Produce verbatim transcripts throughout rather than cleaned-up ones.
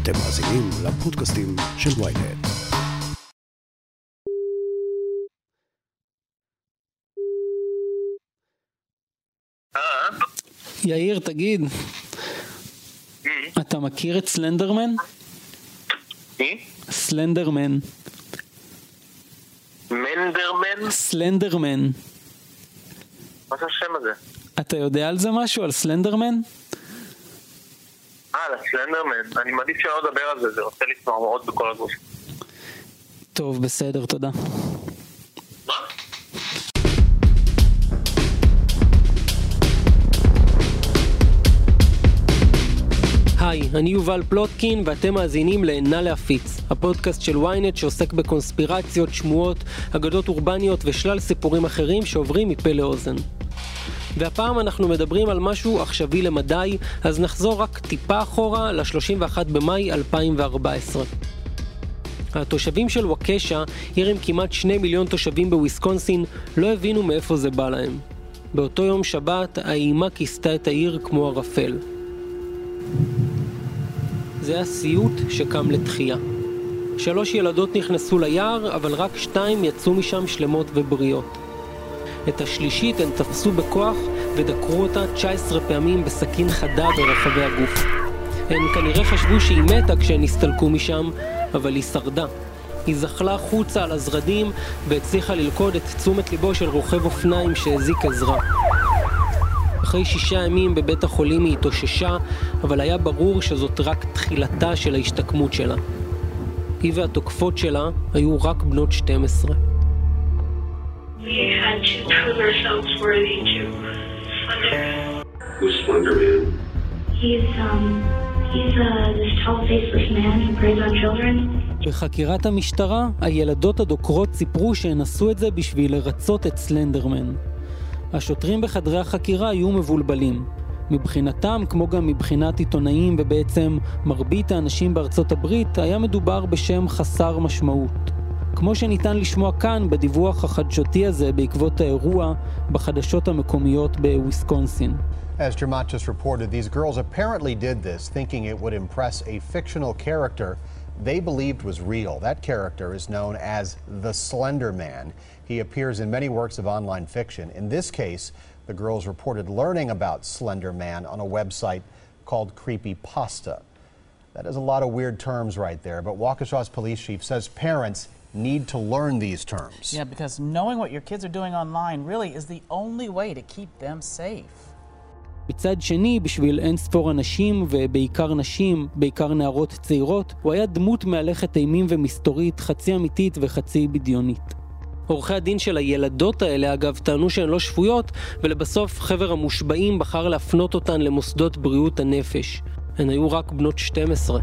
אתם מאזינים לפודקאסטים של וויינט. יאיר, תגיד, אתה מכיר את סלנדרמן? מי? סלנדרמן. מנדרמן? סלנדרמן. מה זה השם הזה? אתה יודע על זה משהו? על סלנדרמן? אה, על הסלנדרמן. אני מעדיף שלא לדבר על זה, זה רוצה לצמור מאוד בכל הגוף. טוב, בסדר, תודה. מה? היי, אני יובל פלוטקין ואתם מאזינים לענה להפיץ, הפודקאסט של וויינט שעוסק בקונספירציות, שמועות, אגדות אורבניות ושלל סיפורים אחרים שעוברים מפה לאוזן. והפעם אנחנו מדברים על משהו עכשווי למדי, אז נחזור רק טיפה אחורה ל-שלושים ואחד במאי אלפיים וארבע עשרה. התושבים של ווקשה, עיר עם כמעט שני מיליון תושבים בוויסקונסין, לא הבינו מאיפה זה בא להם. באותו יום שבת, האימה כיסתה את העיר כמו ערפל. זה היה סיוט שקם לתחייה. שלוש ילדות נכנסו ליער, אבל רק שתיים יצאו משם שלמות ובריאות. את השלישית הן תפסו בכוח ודקרו אותה תשע עשרה פעמים בסכין חדה ברחבי הגוף. הן כנראה חשבו שהיא מתה כשהן הסתלקו משם, אבל היא שרדה. היא זחלה חוצה על הזרדים והצליחה ללכוד את תשומת ליבו של רוכב אופניים שהזיק עזרה. אחרי שישה ימים בבית החולים היא התאוששה, אבל היה ברור שזאת רק תחילתה של ההשתקמות שלה. היא והתוקפות שלה היו רק בנות שתים עשרה. We had to prove ourselves worthy to Slender. Who's Slender Man? He's, um, he's uh, this tall, faceless man who preys on children. בחקירת המשטרה, הילדות הדוקרות סיפרו שהן עשו את זה בשביל לרצות את סלנדרמן. השוטרים בחדרי החקירה היו מבולבלים. מבחינתם, כמו גם מבחינת עיתונאים ובעצם מרבית האנשים בארצות הברית, היה מדובר בשם חסר משמעות. כמו שניתן לשמוע כאן בדיווח החדשותי הזה בעקבות האירוע בחדשות המקומיות בוויסקונסין. As Jermat just reported, these girls apparently did this thinking it would impress a fictional character they believed was real. That character is known as the Slender Man. He appears in many works of online fiction. In this case, the girls reported learning about Slender Man on a website called Creepypasta. That is a lot of weird terms right there, but Waukesha's police chief says parents need to learn these terms. Yeah, because knowing what your kids are doing online really is the only way to keep them safe. מצד שני, בשביל אין ספור אנשים, ובעיקר נשים, בעיקר נערות צעירות, הוא היה דמות מהלכת אימים ומסתורית, חצי אמיתית וחצי בדיונית. עורכי הדין של הילדות האלה, אגב, טענו שהן לא שפויות, ולבסוף חבר המושבעים בחר להפנות אותן למוסדות בריאות הנפש. הן היו רק בנות שתים עשרה.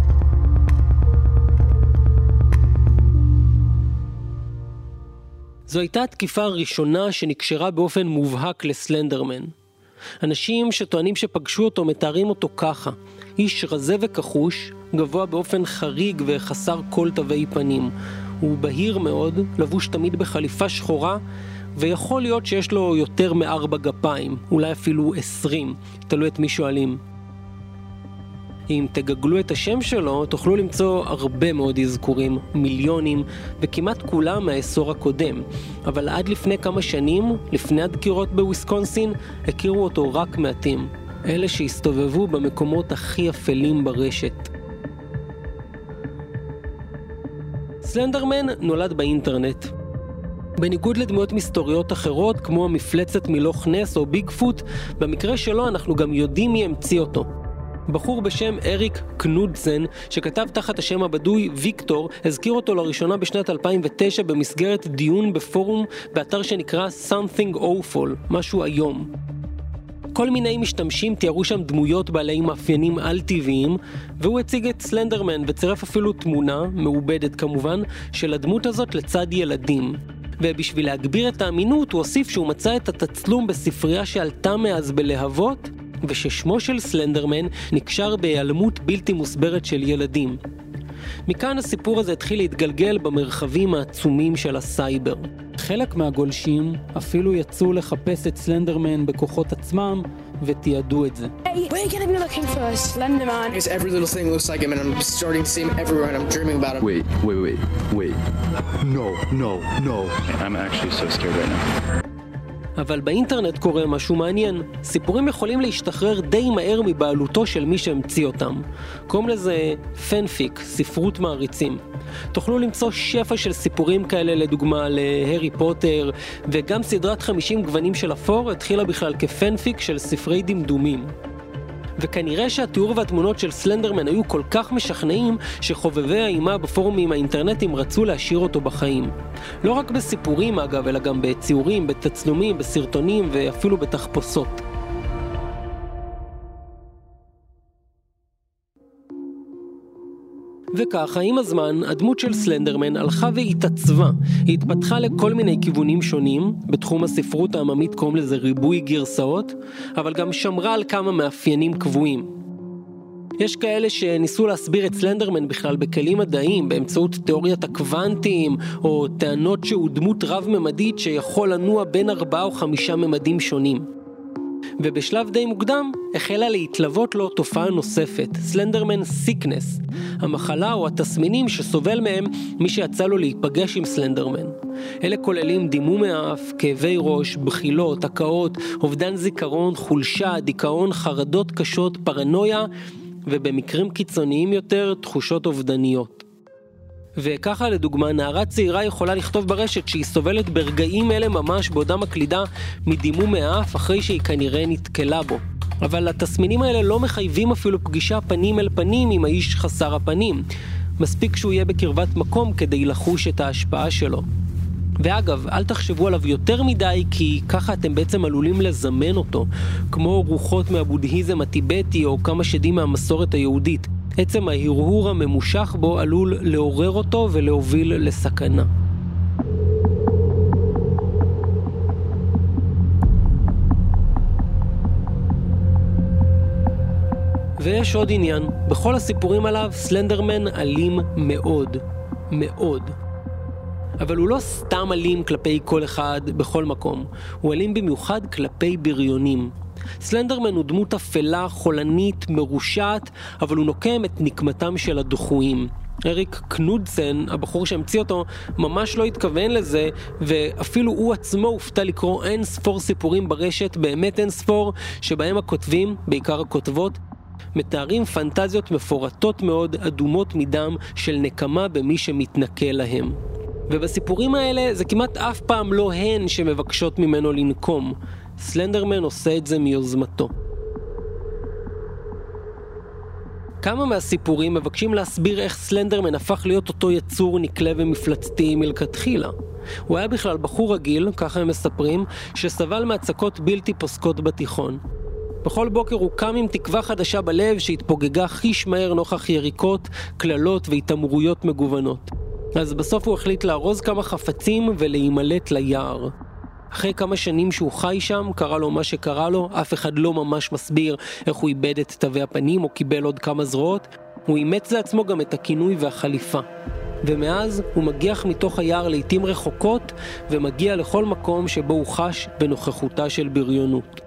זו הייתה התקיפה הראשונה שנקשרה באופן מובהק לסלנדרמן. אנשים שטוענים שפגשו אותו מתארים אותו ככה: איש רזה וכחוש, גבוה באופן חריג וחסר כל תווי פנים. הוא בהיר מאוד, לבוש תמיד בחליפה שחורה, ויכול להיות שיש לו יותר מארבע גפיים, אולי אפילו עשרים, תלוי את מי שואלים. אם תגגלו את השם שלו, תוכלו למצוא הרבה מאוד אזכורים, מיליונים, וכמעט כולם מהעשור הקודם. אבל עד לפני כמה שנים, לפני הדקירות בוויסקונסין, הכירו אותו רק מעטים. אלה שהסתובבו במקומות הכי אפלים ברשת. סלנדרמן נולד באינטרנט. בניגוד לדמויות מסתוריות אחרות, כמו המפלצת מלוך נס או ביגפוט, במקרה שלו אנחנו גם יודעים מי המציא אותו. בחור בשם אריק קנודסן, שכתב תחת השם הבדוי ויקטור, הזכיר אותו לראשונה בשנת אלפיים ותשע במסגרת דיון בפורום באתר שנקרא Something Awful, משהו היום. כל מיני משתמשים תיארו שם דמויות בעלי מאפיינים על-טבעיים, והוא הציג את סלנדרמן וצירף אפילו תמונה, מעובדת כמובן, של הדמות הזאת לצד ילדים. ובשביל להגביר את האמינות הוא הוסיף שהוא מצא את התצלום בספרייה שעלתה מאז בלהבות, וששמו של סלנדרמן נקשר בהיעלמות בלתי מוסברת של ילדים. מכאן הסיפור הזה התחיל להתגלגל במרחבים העצומים של הסייבר. חלק מהגולשים אפילו יצאו לחפש את סלנדרמן בכוחות עצמם, ותיעדו את זה. We're going to be looking for a slender man. Because every little thing looks like him and I'm starting to see him everywhere and I'm dreaming about him. Wait, wait, wait, wait. No, no, no. I'm actually so scared right now. אבל באינטרנט קורה משהו מעניין. סיפורים יכולים להשתחרר די מהר מבעלותו של מי שהמציא אותם. קוראים לזה פנפיק, ספרות מעריצים. תוכלו למצוא שפע של סיפורים כאלה, לדוגמה להרי פוטר, וגם סדרת חמישים גוונים של אפור התחילה בכלל כפנפיק של ספרי דמדומים. וכנראה שהתיאור והתמונות של סלנדרמן היו כל כך משכנעים שחובבי האימה בפורומים האינטרנטיים רצו להשאיר אותו בחיים. לא רק בסיפורים אגב, אלא גם בציורים, בתצלומים, בסרטונים ואפילו בתחפושות. וככה, עם הזמן, הדמות של סלנדרמן הלכה והתעצבה. היא התפתחה לכל מיני כיוונים שונים, בתחום הספרות העממית קוראים לזה ריבוי גרסאות, אבל גם שמרה על כמה מאפיינים קבועים. יש כאלה שניסו להסביר את סלנדרמן בכלל בכלים מדעיים, באמצעות תיאוריית הקוונטים, או טענות שהוא דמות רב-ממדית שיכול לנוע בין ארבעה או חמישה ממדים שונים. ובשלב די מוקדם החלה להתלוות לו תופעה נוספת, סלנדרמן סיקנס, המחלה או התסמינים שסובל מהם מי שיצא לו להיפגש עם סלנדרמן. אלה כוללים דימום מהאף, כאבי ראש, בחילות, הקאות, אובדן זיכרון, חולשה, דיכאון, חרדות קשות, פרנויה, ובמקרים קיצוניים יותר תחושות אובדניות. וככה לדוגמה, נערה צעירה יכולה לכתוב ברשת שהיא סובלת ברגעים אלה ממש בעודה מקלידה מדימום מהאף אחרי שהיא כנראה נתקלה בו. אבל התסמינים האלה לא מחייבים אפילו פגישה פנים אל פנים עם האיש חסר הפנים. מספיק שהוא יהיה בקרבת מקום כדי לחוש את ההשפעה שלו. ואגב, אל תחשבו עליו יותר מדי, כי ככה אתם בעצם עלולים לזמן אותו, כמו רוחות מהבודהיזם הטיבטי או כמה שדים מהמסורת היהודית. עצם ההרהור הממושך בו עלול לעורר אותו ולהוביל לסכנה. ויש עוד עניין, בכל הסיפורים עליו סלנדרמן אלים מאוד, מאוד. אבל הוא לא סתם אלים כלפי כל אחד בכל מקום, הוא אלים במיוחד כלפי בריונים. סלנדרמן הוא דמות אפלה, חולנית, מרושעת, אבל הוא נוקם את נקמתם של הדחויים. אריק קנודסן, הבחור שהמציא אותו, ממש לא התכוון לזה, ואפילו הוא עצמו הופתע לקרוא אין ספור סיפורים ברשת, באמת אין ספור, שבהם הכותבים, בעיקר הכותבות, מתארים פנטזיות מפורטות מאוד, אדומות מדם, של נקמה במי שמתנכל להם. ובסיפורים האלה זה כמעט אף פעם לא הן שמבקשות ממנו לנקום. סלנדרמן עושה את זה מיוזמתו. כמה מהסיפורים מבקשים להסביר איך סלנדרמן הפך להיות אותו יצור נקלה ומפלצתי מלכתחילה. הוא היה בכלל בחור רגיל, ככה הם מספרים, שסבל מהצקות בלתי פוסקות בתיכון. בכל בוקר הוא קם עם תקווה חדשה בלב שהתפוגגה חיש מהר נוכח יריקות, כללות והתאמרויות מגוונות. אז בסוף הוא החליט לארוז כמה חפצים ולהימלט ליער. אחרי כמה שנים שהוא חי שם, קרה לו מה שקרה לו, אף אחד לא ממש מסביר איך הוא איבד את תווי הפנים או קיבל עוד כמה זרועות, הוא אימץ לעצמו גם את הכינוי והחליפה. ומאז הוא מגיח מתוך היער לעתים רחוקות, ומגיע לכל מקום שבו הוא חש בנוכחותה של בריונות.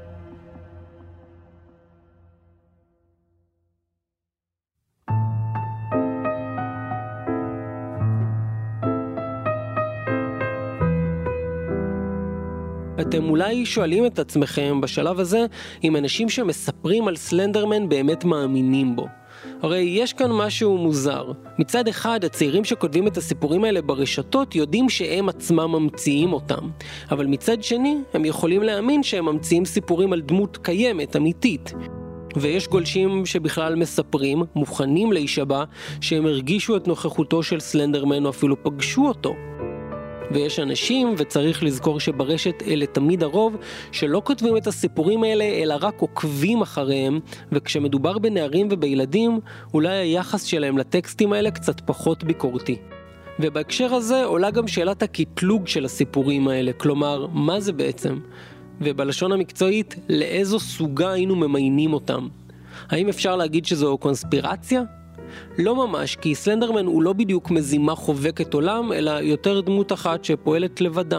אתם אולי שואלים את עצמכם בשלב הזה אם אנשים שמספרים על סלנדרמן באמת מאמינים בו. הרי יש כאן משהו מוזר. מצד אחד, הצעירים שכותבים את הסיפורים האלה ברשתות יודעים שהם עצמם ממציאים אותם. אבל מצד שני, הם יכולים להאמין שהם ממציאים סיפורים על דמות קיימת, אמיתית. ויש גולשים שבכלל מספרים, מוכנים להישבע, שהם הרגישו את נוכחותו של סלנדרמן או אפילו פגשו אותו. ויש אנשים, וצריך לזכור שברשת אלה תמיד הרוב, שלא כותבים את הסיפורים האלה, אלא רק עוקבים אחריהם, וכשמדובר בנערים ובילדים, אולי היחס שלהם לטקסטים האלה קצת פחות ביקורתי. ובהקשר הזה עולה גם שאלת הקטלוג של הסיפורים האלה, כלומר, מה זה בעצם? ובלשון המקצועית, לאיזו סוגה היינו ממיינים אותם? האם אפשר להגיד שזו קונספירציה? לא ממש, כי סלנדרמן הוא לא בדיוק מזימה חובקת עולם, אלא יותר דמות אחת שפועלת לבדה.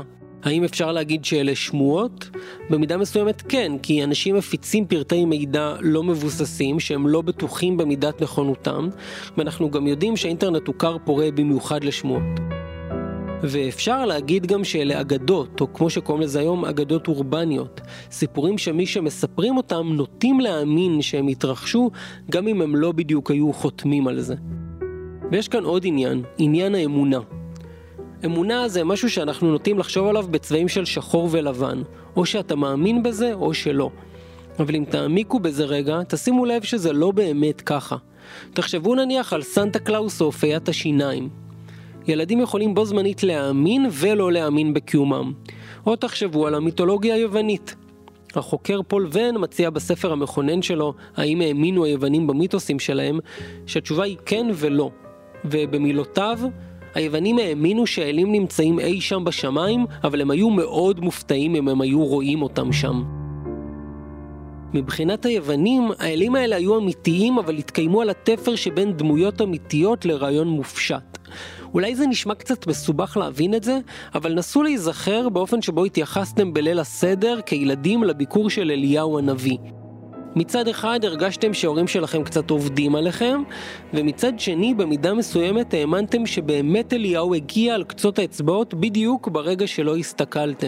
האם אפשר להגיד שאלה שמועות? במידה מסוימת כן, כי אנשים מפיצים פרטי מידע לא מבוססים, שהם לא בטוחים במידת נכונותם, ואנחנו גם יודעים שהאינטרנט הוא כר פורה במיוחד לשמועות. ואפשר להגיד גם שאלה אגדות, או כמו שקוראים לזה היום, אגדות אורבניות. סיפורים שמי שמספרים אותם נוטים להאמין שהם התרחשו, גם אם הם לא בדיוק היו חותמים על זה. ויש כאן עוד עניין, עניין האמונה. אמונה זה משהו שאנחנו נוטים לחשוב עליו בצבעים של שחור ולבן, או שאתה מאמין בזה או שלא. אבל אם תעמיקו בזה רגע, תשימו לב שזה לא באמת ככה. תחשבו נניח על סנטה קלאוס או פיית השיניים. ילדים יכולים בו זמנית להאמין ולא להאמין בקיומם. או תחשבו על המיתולוגיה היוונית. החוקר פול ון מציע בספר המכונן שלו, האם האמינו היוונים במיתוסים שלהם, שהתשובה היא כן ולא. ובמילותיו, היוונים האמינו שהאלים נמצאים אי שם בשמיים, אבל הם היו מאוד מופתעים אם הם היו רואים אותם שם. מבחינת היוונים, האלים האלה היו אמיתיים, אבל התקיימו על התפר שבין דמויות אמיתיות לרעיון מופשט. אולי זה נשמע קצת מסובך להבין את זה, אבל נסו להיזכר באופן שבו התייחסתם בליל הסדר כילדים לביקור של אליהו הנביא. מצד אחד הרגשתם שההורים שלכם קצת עובדים עליכם, ומצד שני במידה מסוימת האמנתם שבאמת אליהו הגיע על קצות האצבעות בדיוק ברגע שלא הסתכלתם.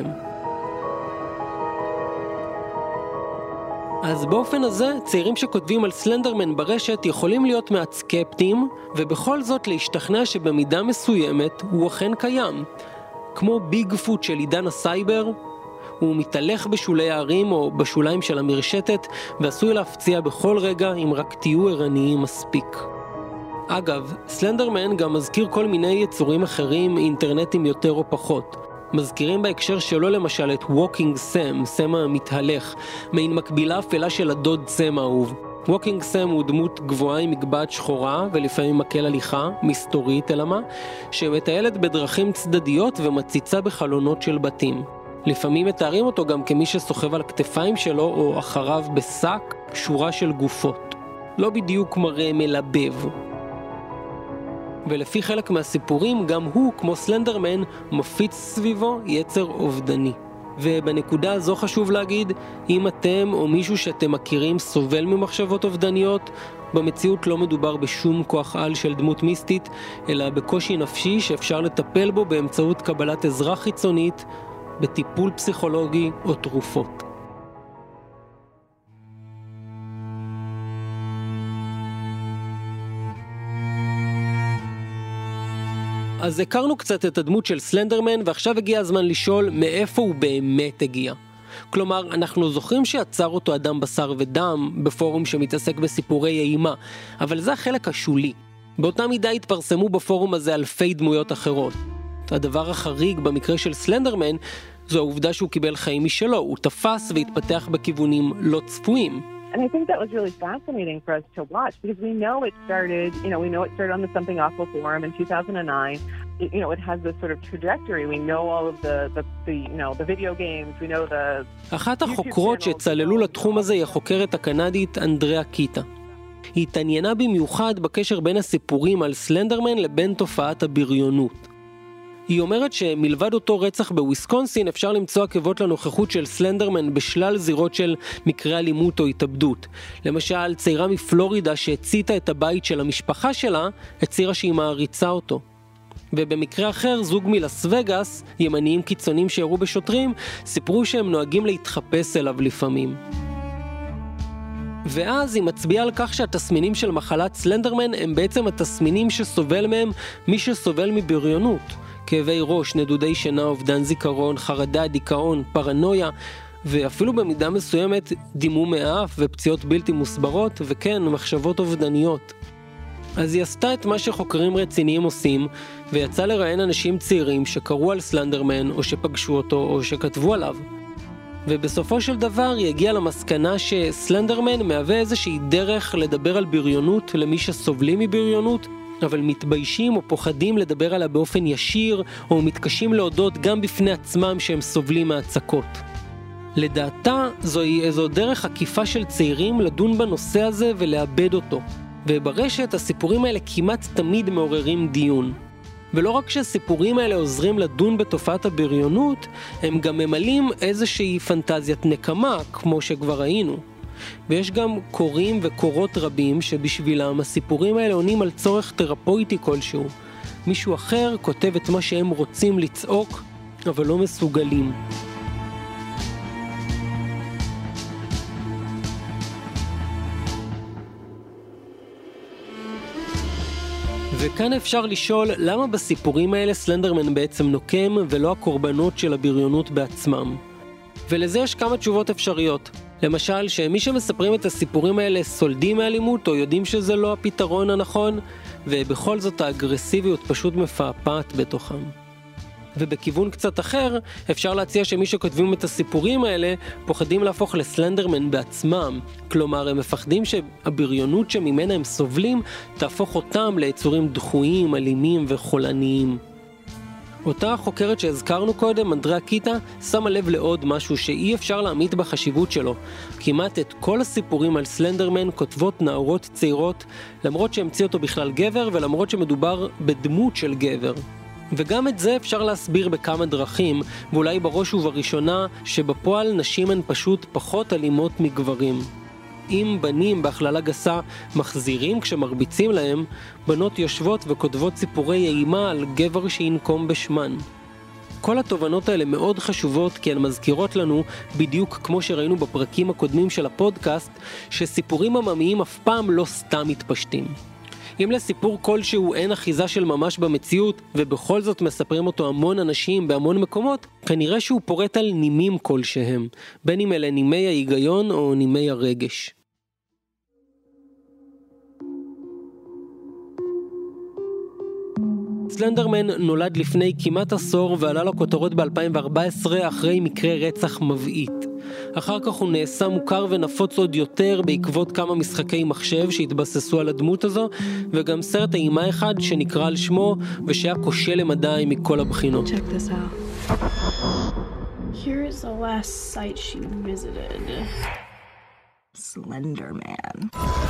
אז באופן הזה, צעירים שכותבים על סלנדרמן ברשת יכולים להיות מעט סקפטיים, ובכל זאת להשתכנע שבמידה מסוימת הוא אכן קיים. כמו ביג פוט של עידן הסייבר, הוא מתהלך בשולי הערים או בשוליים של המרשתת, ועשוי להפציע בכל רגע אם רק תהיו ערניים מספיק. אגב, סלנדרמן גם מזכיר כל מיני יצורים אחרים, אינטרנטים יותר או פחות. מזכירים בהקשר שלו למשל את ווקינג סם, סם המתהלך, מעין מקבילה אפלה של הדוד סם האהוב. ווקינג סם הוא דמות גבוהה עם מגבעת שחורה ולפעמים מקל הליכה, מסתורית אלא מה, שמטיילת בדרכים צדדיות ומציצה בחלונות של בתים. לפעמים מתארים אותו גם כמי שסוחב על הכתפיים שלו או אחריו בשק שורה של גופות. לא בדיוק מראה מלבב. ולפי חלק מהסיפורים גם הוא, כמו סלנדרמן, מפיץ סביבו יצר אובדני. ובנקודה הזו חשוב להגיד, אם אתם או מישהו שאתם מכירים סובל ממחשבות אובדניות, במציאות לא מדובר בשום כוח על של דמות מיסטית, אלא בקושי נפשי שאפשר לטפל בו באמצעות קבלת עזרה חיצונית, בטיפול פסיכולוגי או תרופות. אז הכרנו קצת את הדמות של סלנדרמן, ועכשיו הגיע הזמן לשאול מאיפה הוא באמת הגיע. כלומר, אנחנו זוכרים שעצר אותו אדם בשר ודם בפורום שמתעסק בסיפורי אימה, אבל זה החלק השולי. באותה מידה התפרסמו בפורום הזה אלפי דמויות אחרות. הדבר החריג במקרה של סלנדרמן זו העובדה שהוא קיבל חיים משלו, הוא תפס והתפתח בכיוונים לא צפויים. And I think that was really fascinating for us to watch because we know it started, you know, we know it started on the Something Awful forum in two thousand nine. It, you know, it has this sort of trajectory. We know all of the, the, the, you know, the video games, we know the... אחת החוקרות שצללו לתחום הזה היא החוקרת הקנדית אנדריאה קיטה. היא התעניינה במיוחד בקשר בין הסיפורים על סלנדרמן לבין תופעת הבריונות. היא אומרת שמלבד אותו רצח בוויסקונסין אפשר למצוא עקבות לנוכחות של סלנדרמן בשלל זירות של מקרה אלימות או התאבדות. למשל, צעירה מפלורידה שהציתה את הבית של המשפחה שלה, הצהירה שהיא מעריצה אותו. ובמקרה אחר, זוג מלאס וגאס, ימניים קיצונים שהראו בשוטרים, סיפרו שהם נוהגים להתחפש אליו לפעמים. ואז היא מצביעה על כך שהתסמינים של מחלת סלנדרמן הם בעצם התסמינים שסובל מהם מי שסובל מבריונות. כאבי ראש, נדודי שינה, אובדן זיכרון, חרדה, דיכאון, פרנויה, ואפילו במידה מסוימת דימום מאף ופציעות בלתי מוסברות, וכן, מחשבות אובדניות. אז היא עשתה את מה שחוקרים רציניים עושים, ויצא לראיין אנשים צעירים שקראו על סלנדרמן, או שפגשו אותו, או שכתבו עליו. ובסופו של דבר היא הגיעה למסקנה שסלנדרמן מהווה איזושהי דרך לדבר על בריונות למי שסובלים מבריונות, אבל מתביישים או פוחדים לדבר עליה באופן ישיר, או מתקשים להודות גם בפני עצמם שהם סובלים מהצקות. לדעתה זוהי איזו דרך עקיפה של צעירים לדון בנושא הזה ולאבד אותו. וברשת הסיפורים האלה כמעט תמיד מעוררים דיון. ולא רק שהסיפורים האלה עוזרים לדון בתופעת הבריונות, הם גם ממלאים איזושהי פנטזיית נקמה, כמו שכבר ראינו. ויש גם קוראים וקורות רבים שבשבילם הסיפורים האלה עונים על צורך תרפויטי כלשהו. מישהו אחר כותב את מה שהם רוצים לצעוק, אבל לא מסוגלים. וכאן אפשר לשאול למה בסיפורים האלה סלנדרמן בעצם נוקם ולא הקורבנות של הבריונות בעצמם. ולזה יש כמה תשובות אפשריות. למשל, שמי שמספרים את הסיפורים האלה סולדים מאלימות או יודעים שזה לא הפתרון הנכון, ובכל זאת האגרסיביות פשוט מפעפעת בתוכם. ובכיוון קצת אחר, אפשר להציע שמי שכותבים את הסיפורים האלה פוחדים להפוך לסלנדרמן בעצמם. כלומר, הם מפחדים שהבריונות שממנה הם סובלים תהפוך אותם ליצורים דחויים, אלימים וחולניים. אותה חוקרת שהזכרנו קודם, אנדריאה קיטה, שמה לב לעוד משהו שאי אפשר להעמיד בחשיבות שלו. כמעט את כל הסיפורים על סלנדרמן כותבות נערות צעירות, למרות שהמציא אותו בכלל גבר ולמרות שמדובר בדמות של גבר. וגם את זה אפשר להסביר בכמה דרכים, ואולי בראש ובראשונה שבפועל נשים הן פשוט פחות אלימות מגברים. אם בנים בהכללה גסה מחזירים כשמרביצים להם, בנות יושבות וכותבות סיפורי אימה על גבר שינקום בשמן. כל התובנות האלה מאוד חשובות כי הן מזכירות לנו, בדיוק כמו שראינו בפרקים הקודמים של הפודקאסט, שסיפורים עממיים אף פעם לא סתם מתפשטים. אם לסיפור כלשהו אין אחיזה של ממש במציאות, ובכל זאת מספרים אותו המון אנשים בהמון מקומות, כנראה שהוא פורט על נימים כלשהם, בין אם אלה נימי ההיגיון או נימי הרגש. סלנדרמן נולד לפני כמעט עשור ועלה לכותרות ב-אלפיים וארבע עשרה אחרי מקרה רצח מבעית. אחר כך הוא נעשה מוכר ונפוץ עוד יותר בעקבות כמה משחקי מחשב שהתבססו על הדמות הזו, וגם סרט אימה אחד שנקרא על שמו ושהיה כושל למדי מכל הבחינות. Check this out. Here is the last site she visited. Slenderman.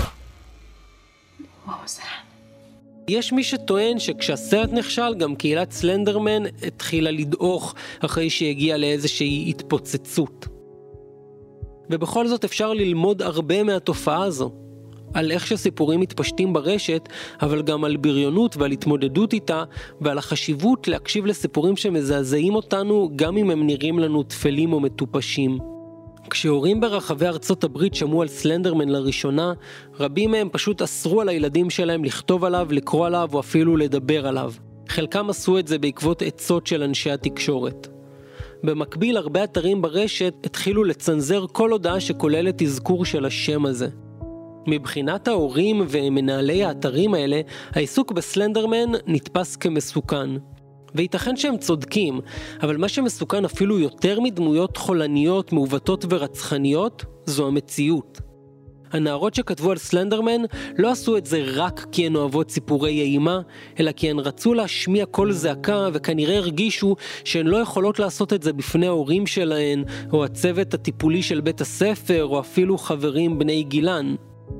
What was that? יש מי שטוען שכשהסרט נכשל גם קהילת סלנדרמן התחילה לדעוך אחרי שהגיעה לאיזושהי התפוצצות. ובכל זאת אפשר ללמוד הרבה מהתופעה הזו. על איך שסיפורים מתפשטים ברשת, אבל גם על בריונות ועל התמודדות איתה, ועל החשיבות להקשיב לסיפורים שמזעזעים אותנו גם אם הם נראים לנו תפלים או מטופשים. כשהורים ברחבי ארצות הברית שמעו על סלנדרמן לראשונה, רבים מהם פשוט אסרו על הילדים שלהם לכתוב עליו, לקרוא עליו או אפילו לדבר עליו. חלקם עשו את זה בעקבות עצות של אנשי התקשורת. במקביל, הרבה אתרים ברשת התחילו לצנזר כל הודעה שכוללת אזכור של השם הזה. מבחינת ההורים ומנהלי האתרים האלה, העיסוק בסלנדרמן נתפס כמסוכן. וייתכן שהם צודקים, אבל מה שמסוכן אפילו יותר מדמויות חולניות, מעוותות ורצחניות, זו המציאות. הנערות שכתבו על סלנדרמן לא עשו את זה רק כי הן אוהבות סיפורי אימה, אלא כי הן רצו להשמיע קול זעקה וכנראה הרגישו שהן לא יכולות לעשות את זה בפני ההורים שלהן, או הצוות הטיפולי של בית הספר, או אפילו חברים בני גילן.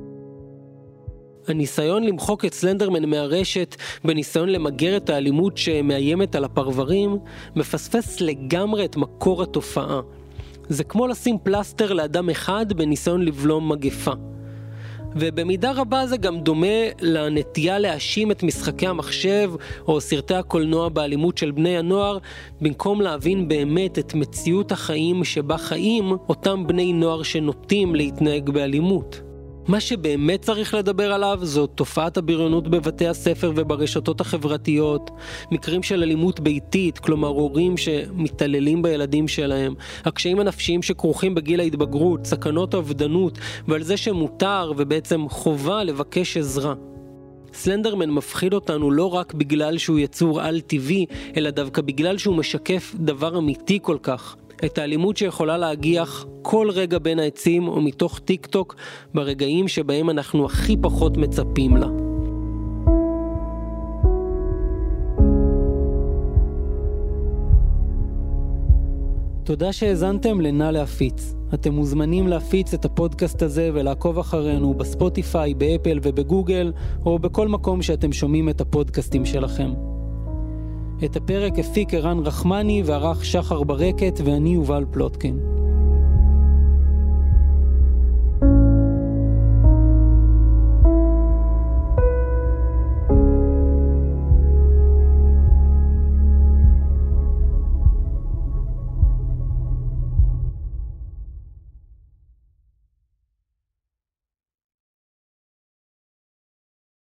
הניסיון למחוק את סלנדרמן מהרשת בניסיון למגר את האלימות שמאיימת על הפרברים מפספס לגמרי את מקור התופעה. זה כמו לשים פלסטר לאדם אחד בניסיון לבלום מגפה. ובמידה רבה זה גם דומה לנטייה להאשים את משחקי המחשב או סרטי הקולנוע באלימות של בני הנוער, במקום להבין באמת את מציאות החיים שבה חיים אותם בני נוער שנוטים להתנהג באלימות. מה שבאמת צריך לדבר עליו זו תופעת הבריונות בבתי הספר וברשתות החברתיות, מקרים של אלימות ביתית, כלומר הורים שמתעללים בילדים שלהם, הקשיים הנפשיים שכרוכים בגיל ההתבגרות, סכנות אובדנות, ועל זה שמותר ובעצם חובה לבקש עזרה. סלנדרמן מפחיד אותנו לא רק בגלל שהוא יצור על טבעי, אלא דווקא בגלל שהוא משקף דבר אמיתי כל כך. את האלימות שיכולה להגיח כל רגע בין העצים או מתוך טיק טוק ברגעים שבהם אנחנו הכי פחות מצפים לה. תודה שהאזנתם לנא להפיץ. אתם מוזמנים להפיץ את הפודקאסט הזה ולעקוב אחרינו בספוטיפיי, באפל ובגוגל או בכל מקום שאתם שומעים את הפודקאסטים שלכם. את הפרק הפיק ערן רחמני וערך שחר ברקת ואני יובל פלוטקין.